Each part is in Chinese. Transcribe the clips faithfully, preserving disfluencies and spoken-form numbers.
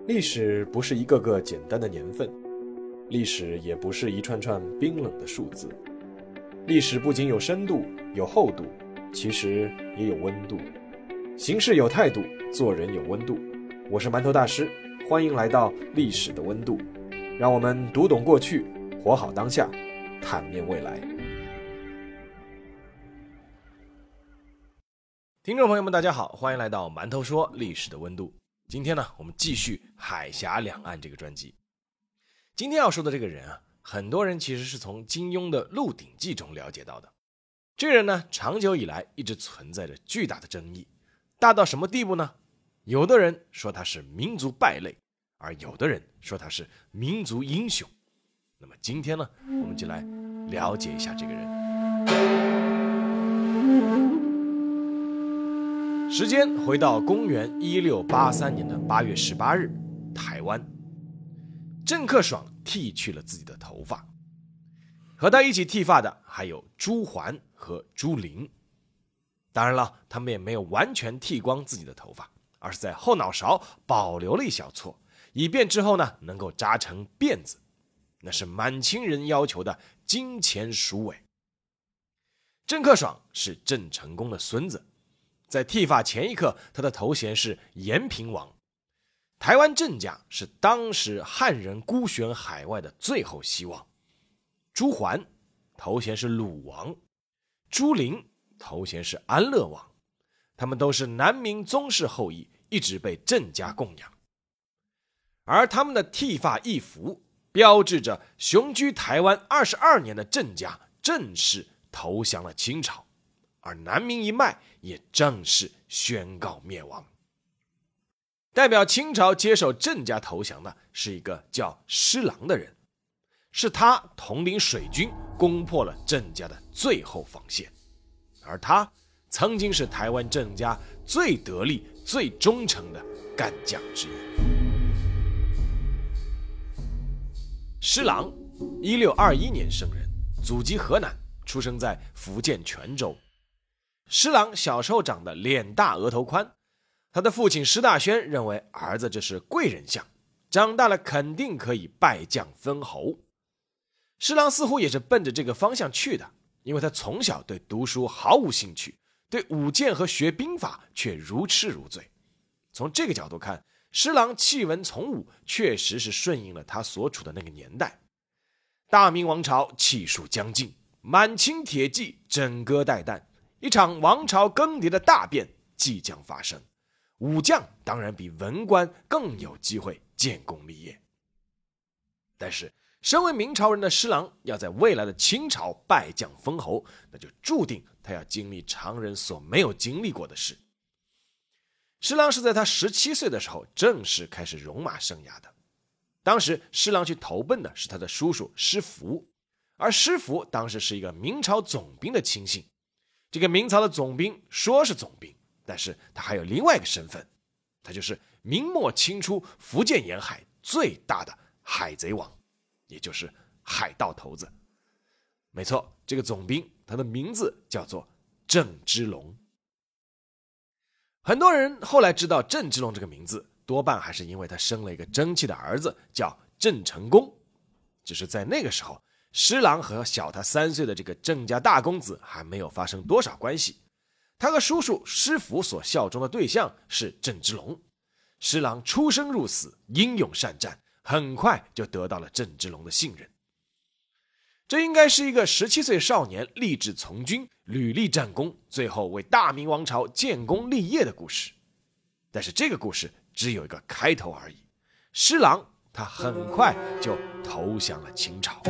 历史不是一个个简单的年份，历史也不是一串串冰冷的数字。历史不仅有深度有厚度，其实也有温度。行事有态度，做人有温度。我是馒头大师，欢迎来到历史的温度，让我们读懂过去，活好当下，坦面未来。 听众朋友们大家好，欢迎来到馒头说历史的温度。今天呢，我们继续海峡两岸这个专辑。今天要说的这个人啊，很多人其实是从金庸的《鹿鼎记》中了解到的。这个人呢，长久以来一直存在着巨大的争议，大到什么地步呢？有的人说他是民族败类，而有的人说他是民族英雄。那么今天呢，我们就来了解一下这个人。时间回到公元一六八三年的八月十八日，台湾，郑克爽剃去了自己的头发，和他一起剃发的还有朱桓和朱灵。当然了，他们也没有完全剃光自己的头发，而是在后脑勺保留了一小撮，以便之后呢能够扎成辫子，那是满清人要求的金钱鼠尾。郑克爽是郑成功的孙子，在剃发前一刻，他的头衔是延平王。台湾郑家是当时汉人孤悬海外的最后希望。朱桓头衔是鲁王，朱灵头衔是安乐王，他们都是南明宗室后裔，一直被郑家供养。而他们的剃发易服，标志着雄居台湾二十二年的郑家正式投降了清朝，而南明一脉也正式宣告灭亡。代表清朝接受郑家投降的是一个叫施琅的人，是他统领水军攻破了郑家的最后防线，而他曾经是台湾郑家最得力最忠诚的干将之一。施琅一六二一年生人，祖籍河南，出生在福建泉州。施琅小时候长得脸大额头宽，他的父亲施大轩认为儿子这是贵人相，长大了肯定可以拜将封侯。施琅似乎也是奔着这个方向去的，因为他从小对读书毫无兴趣，对舞剑和学兵法却如痴如醉。从这个角度看，施琅弃文从武确实是顺应了他所处的那个年代。大明王朝气数将尽，满清铁骑枕戈待旦，一场王朝更迭的大变即将发生，武将当然比文官更有机会建功立业。但是身为明朝人的施琅要在未来的清朝拜将封侯，那就注定他要经历常人所没有经历过的事。施琅是在他十七岁的时候正式开始戎马生涯的。当时施琅去投奔的是他的叔叔施福，而施福当时是一个明朝总兵的亲信。这个明朝的总兵说是总兵，但是他还有另外一个身份，他就是明末清初福建沿海最大的海贼王，也就是海盗头子。没错，这个总兵他的名字叫做郑芝龙。很多人后来知道郑芝龙这个名字，多半还是因为他生了一个争气的儿子叫郑成功。只是在那个时候，施琅和小他三岁的这个郑家大公子还没有发生多少关系，他和叔叔施福所效忠的对象是郑芝龙。施琅出生入死，英勇善战，很快就得到了郑芝龙的信任。这应该是一个十七岁少年立志从军，屡立战功，最后为大明王朝建功立业的故事。但是这个故事只有一个开头而已，施琅他很快就投降了清朝。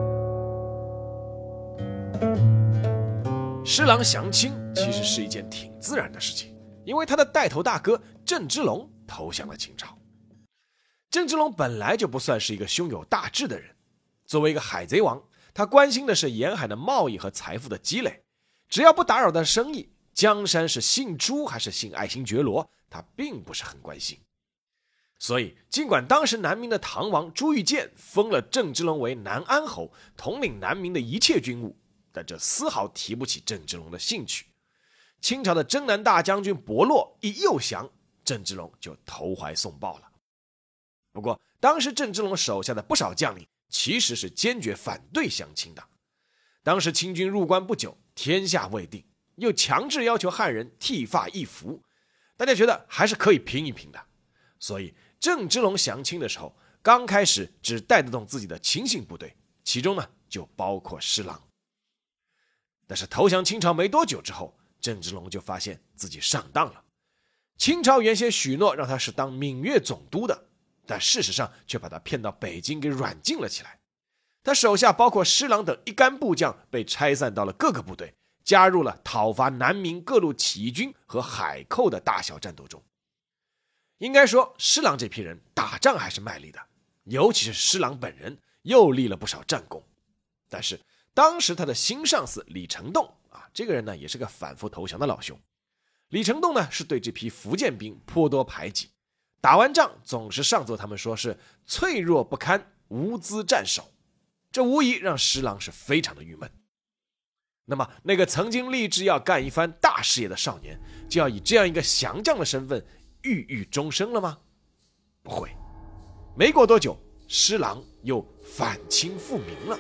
施琅降清其实是一件挺自然的事情，因为他的带头大哥郑芝龙投降了清朝。郑芝龙本来就不算是一个胸有大志的人，作为一个海贼王，他关心的是沿海的贸易和财富的积累，只要不打扰他的生意，江山是姓朱还是姓爱新觉罗，他并不是很关心。所以尽管当时南明的唐王朱玉建封了郑芝龙为南安侯，统领南明的一切军务，但这丝毫提不起郑芝龙的兴趣。清朝的征南大将军伯洛一诱降，郑芝龙就投怀送抱了。 不过当时郑芝龙手下的不少将领其实是坚决反对降清的。当时清军入关不久，天下未定，又强制要求汉人剃发易服，大家觉得还是可以拼一拼的。所以郑芝龙降清的时候，刚开始只带得动自己的亲信部队，其中呢就包括施琅。但是投降清朝没多久之后，郑芝龙就发现自己上当了。清朝原先许诺让他是当闽粤总督的，但事实上却把他骗到北京给软禁了起来。他手下包括施琅等一干部将被拆散到了各个部队，加入了讨伐南明各路起义军和海寇的大小战斗中。应该说施琅这批人打仗还是卖力的，尤其是施琅本人又立了不少战功。但是当时他的新上司李成栋啊，这个人呢也是个反复投降的老兄。李成栋呢是对这批福建兵颇多排挤，打完仗总是上奏他们说是脆弱不堪，无资战守，这无疑让施琅是非常的郁闷。那么那个曾经立志要干一番大事业的少年，就要以这样一个降将的身份郁郁终生了吗？不会。没过多久，施琅又反清复明了。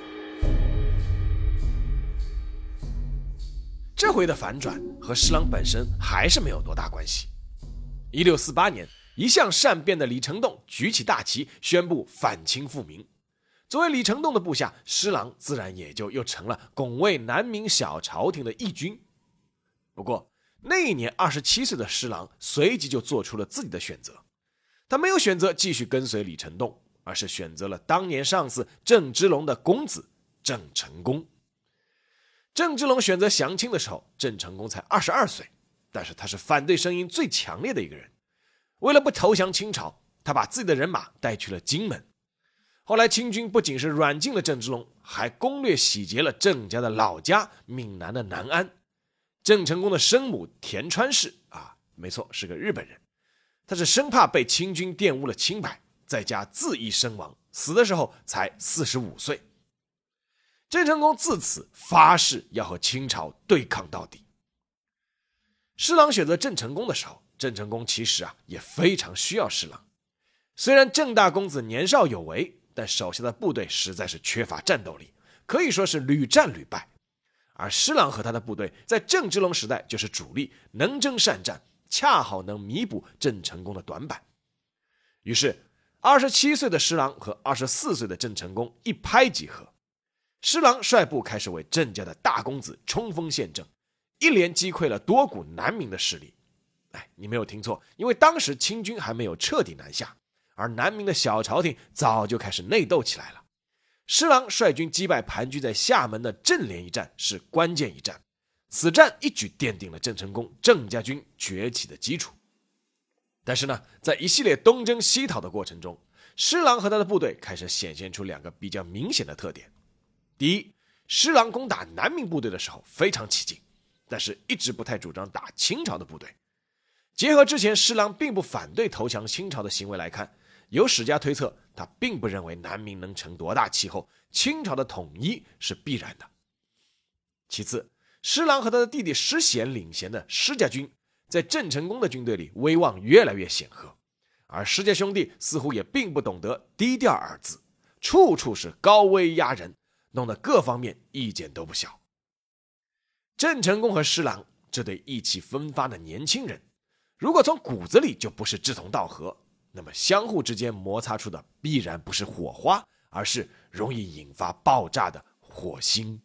这回的反转和施琅本身还是没有多大关系。一六四八年，一向善变的李成栋举起大旗宣布反清复明。作为李成栋的部下，施琅自然也就又成了拱卫南明小朝廷的义军。不过那一年二十七岁的施琅随即就做出了自己的选择，他没有选择继续跟随李成栋，而是选择了当年上司郑芝龙的公子郑成功。郑芝龙选择降清的时候，郑成功才二十二岁，但是他是反对声音最强烈的一个人。为了不投降清朝，他把自己的人马带去了荆门。后来清军不仅是软禁了郑芝龙，还攻略洗劫了郑家的老家闽南的南安。郑成功的生母田川氏啊，没错，是个日本人。他是生怕被清军玷污了清白，在家自缢身亡，死的时候才四十五岁。郑成功自此发誓要和清朝对抗到底。施琅选择郑成功的时候，郑成功其实啊也非常需要施琅。虽然郑大公子年少有为，但手下的部队实在是缺乏战斗力，可以说是屡战屡败。而施琅和他的部队在郑芝龙时代就是主力，能征善战，恰好能弥补郑成功的短板。于是二十七岁的施琅和二十四岁的郑成功一拍即合。施琅率部开始为郑家的大公子冲锋陷阵，一连击溃了多股南明的势力。哎，你没有听错，因为当时清军还没有彻底南下，而南明的小朝廷早就开始内斗起来了。施琅率军击败盘踞在厦门的郑连一战是关键一战，此战一举奠定了郑成功郑家军崛起的基础。但是呢，在一系列东征西讨的过程中，施琅和他的部队开始显现出两个比较明显的特点。第一，施琅攻打南明部队的时候非常起劲，但是一直不太主张打清朝的部队。结合之前施琅并不反对投降清朝的行为来看，有史家推测他并不认为南明能成多大气候，清朝的统一是必然的。其次，施琅和他的弟弟施显领衔的施家军在郑成功的军队里威望越来越显赫，而施家兄弟似乎也并不懂得低调二字，处处是高威压人，弄得各方面意见都不小。郑成功和施琅这对意气风发的年轻人，如果从骨子里就不是志同道合，那么相互之间摩擦出的必然不是火花，而是容易引发爆炸的火星。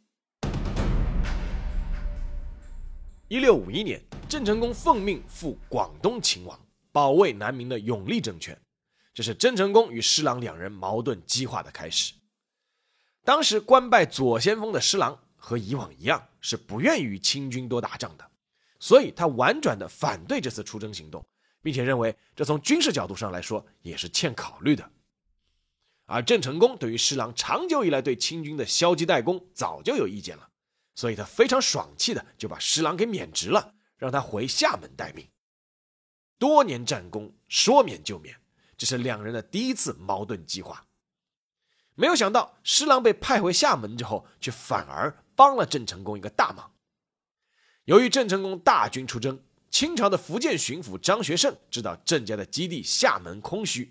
一六五一年，郑成功奉命赴广东勤王，保卫南明的永历政权，这是郑成功与施琅两人矛盾激化的开始。当时官拜左先锋的施琅和以往一样，是不愿意与清军多打仗的，所以他婉转地反对这次出征行动，并且认为这从军事角度上来说也是欠考虑的。而郑成功对于施琅长久以来对清军的消极怠工早就有意见了，所以他非常爽气的就把施琅给免职了，让他回厦门待命。多年战功，说免就免，这是两人的第一次矛盾激化。没有想到施琅被派回厦门之后，却反而帮了郑成功一个大忙。由于郑成功大军出征，清朝的福建巡抚张学胜知道郑家的基地厦门空虚，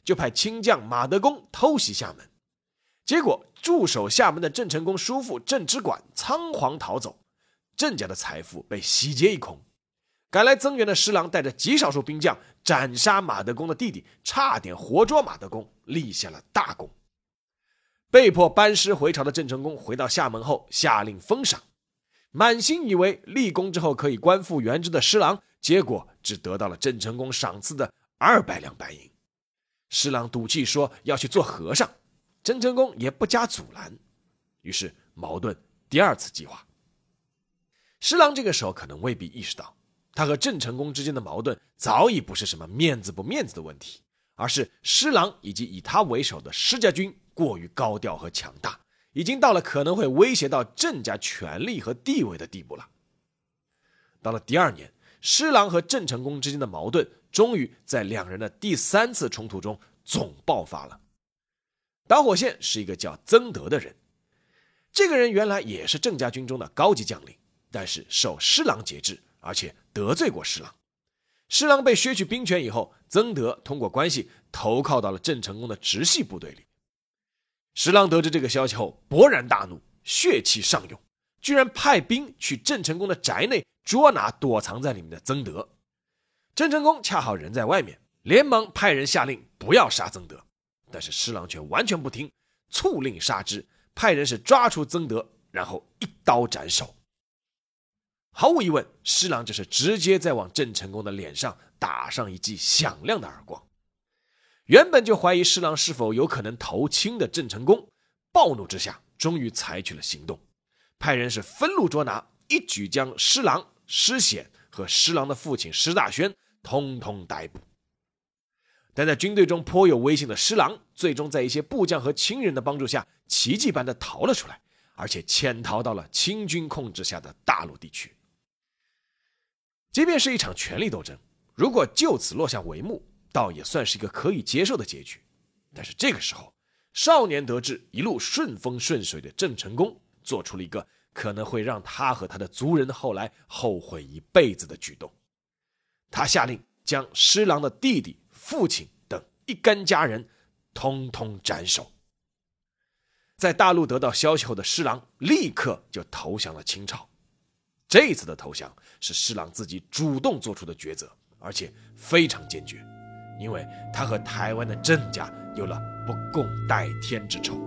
就派亲将马德公偷袭厦门。结果驻守厦门的郑成功叔父郑芝管仓皇逃走，郑家的财富被洗劫一空。赶来增援的施琅带着极少数兵将斩杀马德公的弟弟，差点活捉马德公，立下了大功。被迫班师回朝的郑成功回到厦门后，下令封赏，满心以为立功之后可以官复原职的施琅，结果只得到了郑成功赏赐的二百两白银。施琅赌气说要去做和尚，郑成功也不加阻拦，于是矛盾第二次激化。施琅这个时候可能未必意识到，他和郑成功之间的矛盾早已不是什么面子不面子的问题，而是施琅以及以他为首的施家军过于高调和强大，已经到了可能会威胁到郑家权力和地位的地步了。到了第二年，施琅和郑成功之间的矛盾终于在两人的第三次冲突中总爆发了。导火线是一个叫曾德的人，这个人原来也是郑家军中的高级将领，但是受施琅节制，而且得罪过施琅。施琅被削去兵权以后，曾德通过关系投靠到了郑成功的直系部队里。施琅得知这个消息后勃然大怒，血气上涌，居然派兵去郑成功的宅内捉拿躲藏在里面的曾德。郑成功恰好人在外面，连忙派人下令不要杀曾德，但是施琅却完全不听，促令杀之，派人是抓出曾德，然后一刀斩首。毫无疑问，施琅这是直接在往郑成功的脸上打上一记响亮的耳光。原本就怀疑施琅是否有可能投亲的郑成功，暴怒之下终于采取了行动，派人是分路捉拿，一举将施琅、施显和施琅的父亲施大轩通通逮捕。但在军队中颇有威信的施琅，最终在一些部将和亲人的帮助下，奇迹般的逃了出来，而且潜逃到了清军控制下的大陆地区。即便是一场权力斗争，如果就此落下帷幕，倒也算是一个可以接受的结局。但是这个时候，少年得志、一路顺风顺水的郑成功做出了一个可能会让他和他的族人后来后悔一辈子的举动。他下令将施琅的弟弟、父亲等一干家人通通斩首。在大陆得到消息后的施琅立刻就投降了清朝。这一次的投降是施琅自己主动做出的抉择，而且非常坚决，因为他和台湾的郑家有了不共戴天之仇。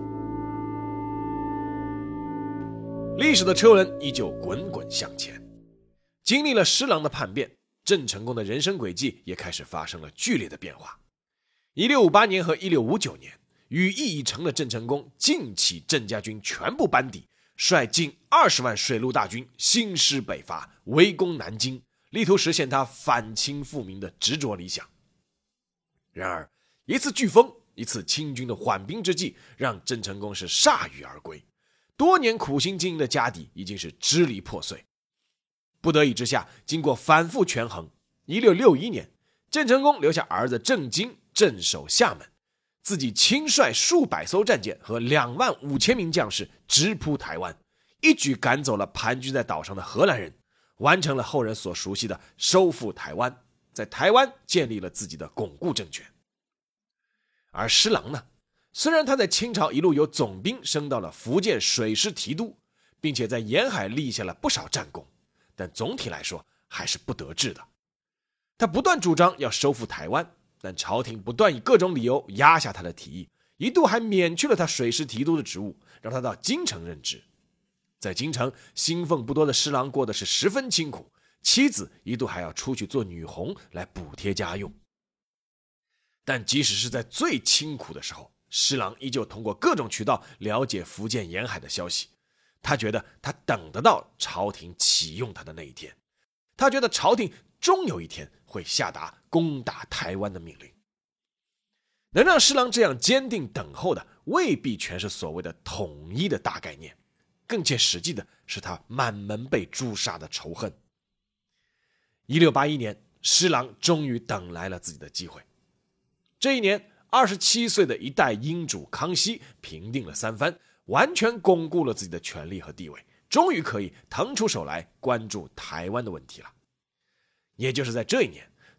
历史的车轮依旧滚滚向前，经历了施琅的叛变，郑成功的人生轨迹也开始发生了剧烈的变化。一六五八年和一六五九年，羽翼已成的郑成功尽起郑家军全部班底，率近二十万水陆大军兴师北伐，围攻南京，力图实现他反清复明的执着理想。然而一次飓风，一次清军的缓兵之计，让郑成功是铩羽而归，多年苦心经营的家底已经是支离破碎。不得已之下，经过反复权衡，一六六一年，郑成功留下儿子郑经镇守厦门，自己亲率数百艘战舰和两万五千名将士直扑台湾，一举赶走了盘踞在岛上的荷兰人，完成了后人所熟悉的收复台湾，在台湾建立了自己的巩固政权。而施琅呢，虽然他在清朝一路由总兵升到了福建水师提督，并且在沿海立下了不少战功，但总体来说还是不得志的。他不断主张要收复台湾，但朝廷不断以各种理由压下他的提议，一度还免去了他水师提督的职务，让他到京城任职。在京城，薪俸不多的施琅过的是十分清苦，妻子一度还要出去做女红来补贴家用。但即使是在最清苦的时候，施琅依旧通过各种渠道了解福建沿海的消息。他觉得他等得到朝廷启用他的那一天，他觉得朝廷终有一天会下达攻打台湾的命令。能让施琅这样坚定等候的，未必全是所谓的统一的大概念，更切实际的是他满门被诛杀的仇恨。一六八一年，施琅终于等来了自己的机会。这一年，二十七岁的一代英主康熙平定了三藩，完全巩固了自己的权力和地位，终于可以腾出手来关注台湾的问题了。也就是在这一年，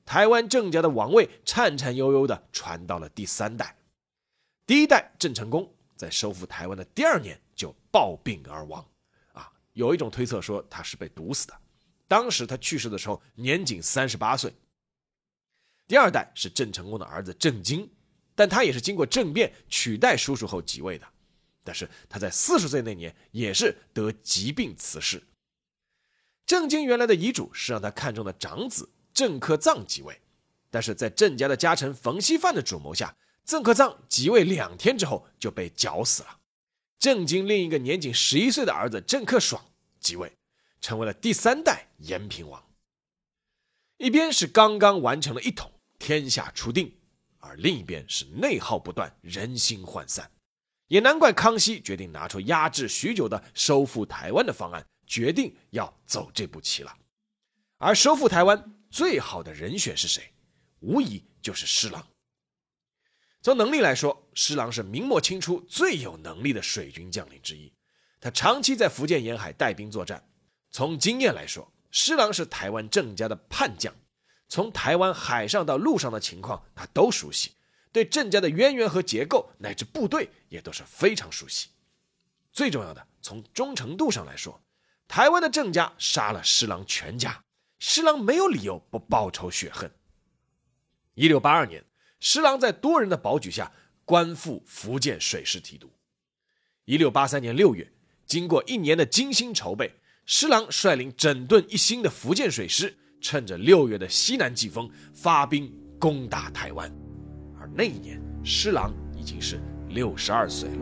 台湾郑家的王位颤颤悠悠地传到了第三代。第一代郑成功在收复台湾的第二年就暴病而亡，啊，有一种推测说他是被毒死的。当时他去世的时候年仅三十八岁。第二代是郑成功的儿子郑经，但他也是经过政变取代叔叔后即位的。但是他在四十岁那年也是得疾病辞世。郑经原来的遗嘱是让他看中的长子郑克臧即位，但是在郑家的家臣冯锡范的主谋下，郑克臧即位两天之后就被绞死了。郑经另一个年仅十一岁的儿子郑克爽即位，成为了第三代延平王。一边是刚刚完成了一统，天下初定，而另一边是内耗不断，人心涣散。也难怪康熙决定拿出压制许久的收复台湾的方案，决定要走这步棋了。而收复台湾最好的人选是谁？无疑就是施琅。从能力来说，施琅是明末清初最有能力的水军将领之一，他长期在福建沿海带兵作战。从经验来说，施琅是台湾郑家的叛将，从台湾海上到陆上的情况他都熟悉，对郑家的渊源和结构乃至部队也都是非常熟悉。最重要的，从忠诚度上来说，台湾的郑家杀了施琅全家，施琅没有理由不报仇雪恨。一六八二年，施琅在多人的保举下官复福建水师提督。一六八三年六月，经过一年的精心筹备，施琅率领整顿一新的福建水师，趁着六月的西南季风发兵攻打台湾。而那一年施琅已经是六十二岁了。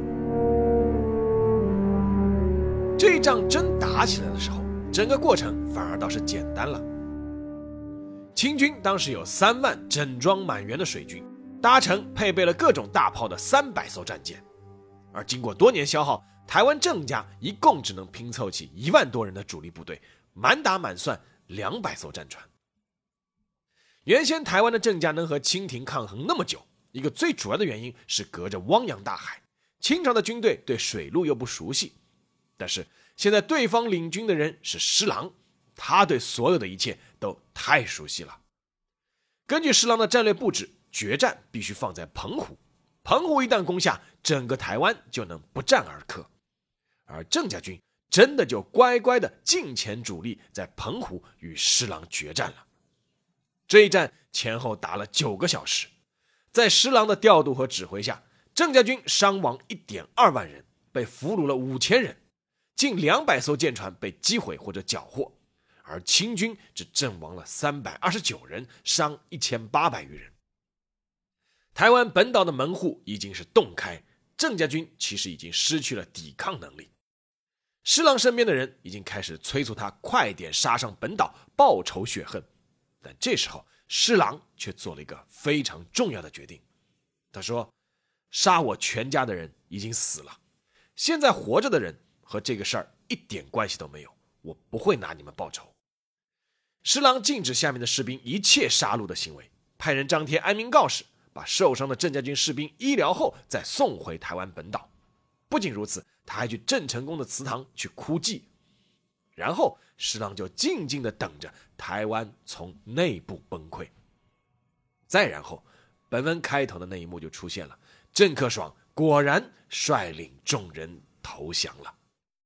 这一仗真打起来的时候，整个过程反而倒是简单了。清军当时有三万整装满员的水军，搭乘配备了各种大炮的三百艘战舰，而经过多年消耗，台湾郑家一共只能拼凑起一万多人的主力部队，满打满算两百艘战船。原先台湾的郑家能和清廷抗衡那么久，一个最主要的原因是隔着汪洋大海，清朝的军队对水路又不熟悉。但是现在对方领军的人是施琅，他对所有的一切都太熟悉了。根据施琅的战略布置，决战必须放在澎湖，澎湖一旦攻下，整个台湾就能不战而克。而郑家军真的就乖乖的尽遣主力在澎湖与施琅决战了。这一战前后打了九个小时，在施琅的调度和指挥下，郑家军伤亡 一点二万人，被俘虏了五千人，近两百艘舰船被击毁或者缴获，而清军只阵亡了三百二十九人，伤一千八百余人。台湾本岛的门户已经是洞开，郑家军其实已经失去了抵抗能力。施琅身边的人已经开始催促他快点杀上本岛，报仇雪恨。但这时候施琅却做了一个非常重要的决定。他说，杀我全家的人已经死了，现在活着的人和这个事儿一点关系都没有，我不会拿你们报仇。施琅禁止下面的士兵一切杀戮的行为，派人张贴安民告示，把受伤的郑家军士兵医疗后再送回台湾本岛。不仅如此，他还去郑成功的祠堂去哭祭。然后施琅就静静地等着台湾从内部崩溃。再然后，本文开头的那一幕就出现了，郑克爽果然率领众人投降了。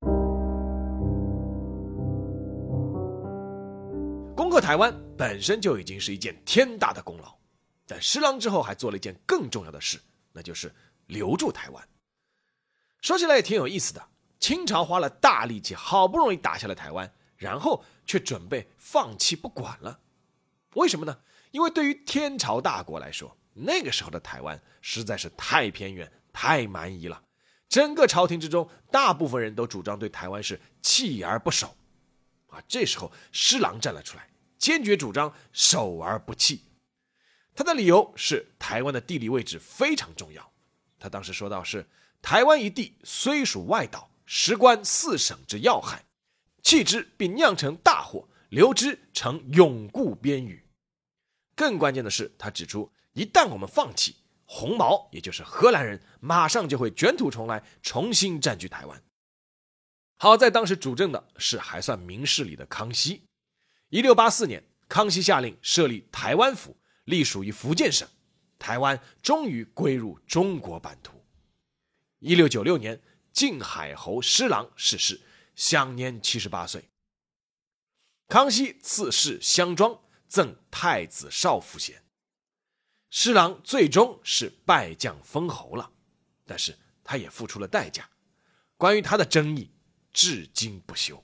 攻克台湾本身就已经是一件天大的功劳，但施琅之后还做了一件更重要的事，那就是留住台湾。说起来也挺有意思的，清朝花了大力气，好不容易打下了台湾，然后却准备放弃不管了。为什么呢？因为对于天朝大国来说，那个时候的台湾实在是太偏远，太蛮夷了。整个朝廷之中，大部分人都主张对台湾是锲而不守。啊，这时候施琅站了出来，坚决主张守而不弃。他的理由是台湾的地理位置非常重要。他当时说到是，台湾一地虽属外岛，实关四省之要害，弃之必酿成大祸，留之成永固边隅。更关键的是，他指出一旦我们放弃，红毛也就是荷兰人马上就会卷土重来，重新占据台湾。好在当时主政的是还算明事理的康熙。一六八四年， 康熙下令设立台湾府，隶属于福建省，台湾终于归入中国版图。一六九六年，靖海侯施琅逝世，享年七十八岁。康熙赐谥襄庄，赠太子少府衔。施琅最终是拜将封侯了，但是他也付出了代价，关于他的争议至今不休。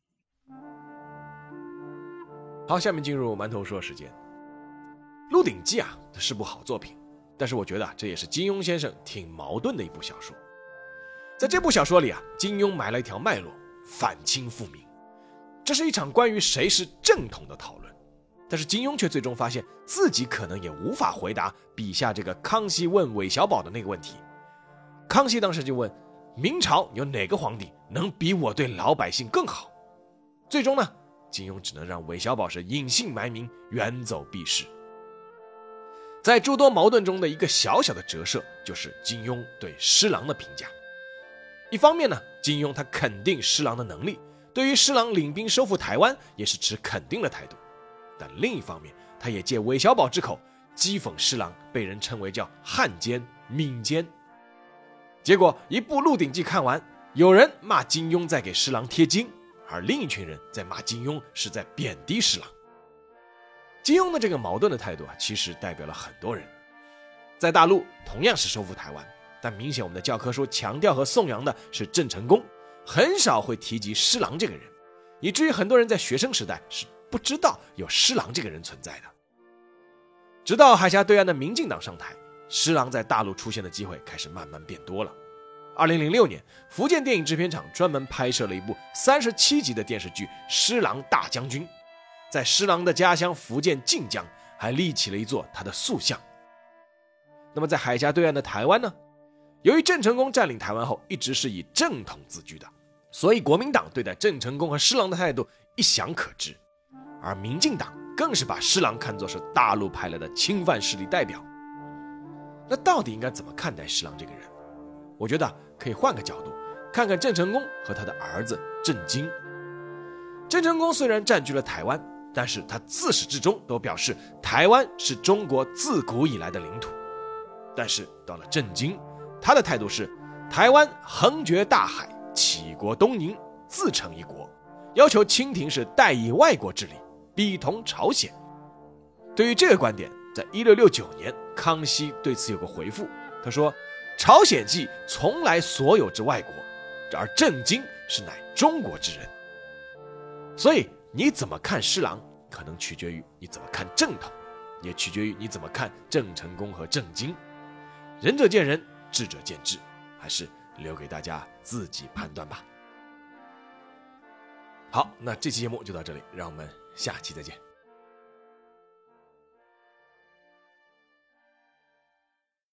好，下面进入馒头说时间。《鹿鼎记》啊，是部好作品，但是我觉得这也是金庸先生挺矛盾的一部小说。在这部小说里啊，金庸埋了一条脉络，反清复明，这是一场关于谁是正统的讨论。但是金庸却最终发现自己可能也无法回答笔下这个康熙问韦小宝的那个问题。康熙当时就问，明朝有哪个皇帝能比我对老百姓更好？最终呢，金庸只能让韦小宝是隐姓埋名，远走避世。在诸多矛盾中的一个小小的折射，就是金庸对施琅的评价。一方面呢，金庸他肯定施琅的能力，对于施琅领兵收复台湾也是持肯定的态度。但另一方面，他也借韦小宝之口讥讽施琅被人称为叫汉奸、闽奸。结果一部《鹿鼎记》看完，有人骂金庸在给施琅贴金，而另一群人在骂金庸是在贬低施琅。金庸的这个矛盾的态度啊，其实代表了很多人。在大陆同样是收复台湾，但明显我们的教科书强调和颂扬的是郑成功，很少会提及施琅这个人，以至于很多人在学生时代是不知道有施琅这个人存在的。直到海峡对岸的民进党上台，施琅在大陆出现的机会开始慢慢变多了。二零零六年，福建电影制片厂专门拍摄了一部三十七集的电视剧《施琅大将军》，在施琅的家乡福建晋江还立起了一座他的塑像。那么在海峡对岸的台湾呢？由于郑成功占领台湾后一直是以正统自居的，所以国民党对待郑成功和施琅的态度一想可知，而民进党更是把施琅看作是大陆派来的侵犯势力代表。那到底应该怎么看待施琅这个人？我觉得可以换个角度，看看郑成功和他的儿子郑经。郑成功虽然占据了台湾，但是他自始至终都表示台湾是中国自古以来的领土。但是到了郑经，他的态度是台湾横绝大海，起国东瀛，自成一国，要求清廷是代以外国治理，比同朝鲜。对于这个观点，在一六六九年，康熙对此有个回复，他说：朝鲜系从来所有之外国，而郑经是乃中国之人。所以你怎么看施琅，可能取决于你怎么看正统，也取决于你怎么看郑成功和郑经。仁者见仁，智者见智，还是留给大家自己判断吧。好，那这期节目就到这里，让我们下期再见。